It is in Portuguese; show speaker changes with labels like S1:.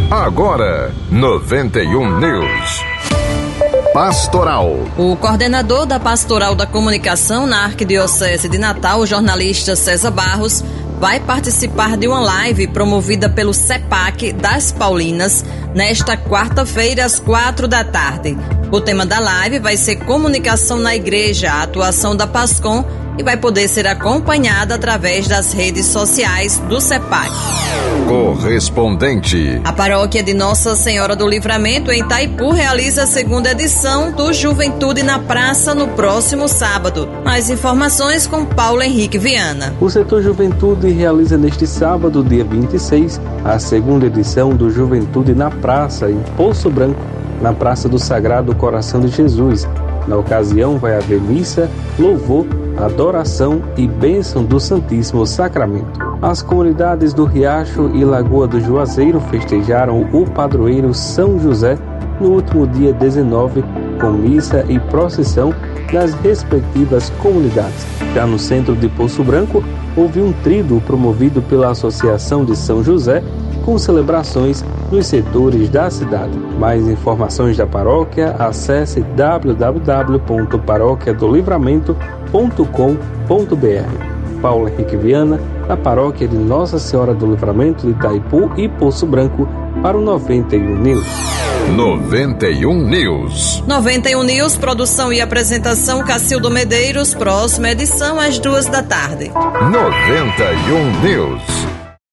S1: Agora, 91 News. Pastoral.
S2: O coordenador da Pastoral da Comunicação na Arquidiocese de Natal, o jornalista César Barros, vai participar de uma live promovida pelo CEPAC das Paulinas nesta quarta-feira às 4h. O tema da live vai ser Comunicação na Igreja, a atuação da PASCOM, e vai poder ser acompanhada através das redes sociais do CEPAC.
S1: Correspondente.
S2: A paróquia de Nossa Senhora do Livramento, em Itaipu, realiza a segunda edição do Juventude na Praça no próximo sábado. Mais informações com Paulo Henrique Viana.
S3: O setor Juventude realiza neste sábado, dia 26, a segunda edição do Juventude na Praça, em Poço Branco, na Praça do Sagrado Coração de Jesus. Na ocasião vai haver missa, louvor, adoração e bênção do Santíssimo Sacramento. As comunidades do Riacho e Lagoa do Juazeiro festejaram o padroeiro São José no último dia 19, com missa e procissão nas respectivas comunidades. Já no centro de Poço Branco, houve um tríduo promovido pela Associação de São José, com celebrações nos setores da cidade. Mais informações da paróquia, acesse www.paroquiadolivramento.com.br. Paulo Henrique Viana, da paróquia de Nossa Senhora do Livramento de Itaipu e Poço Branco, para o 91 News.
S1: 91 News.
S2: 91 News, produção e apresentação Cacildo Medeiros, próxima edição às 2h.
S1: 91 News.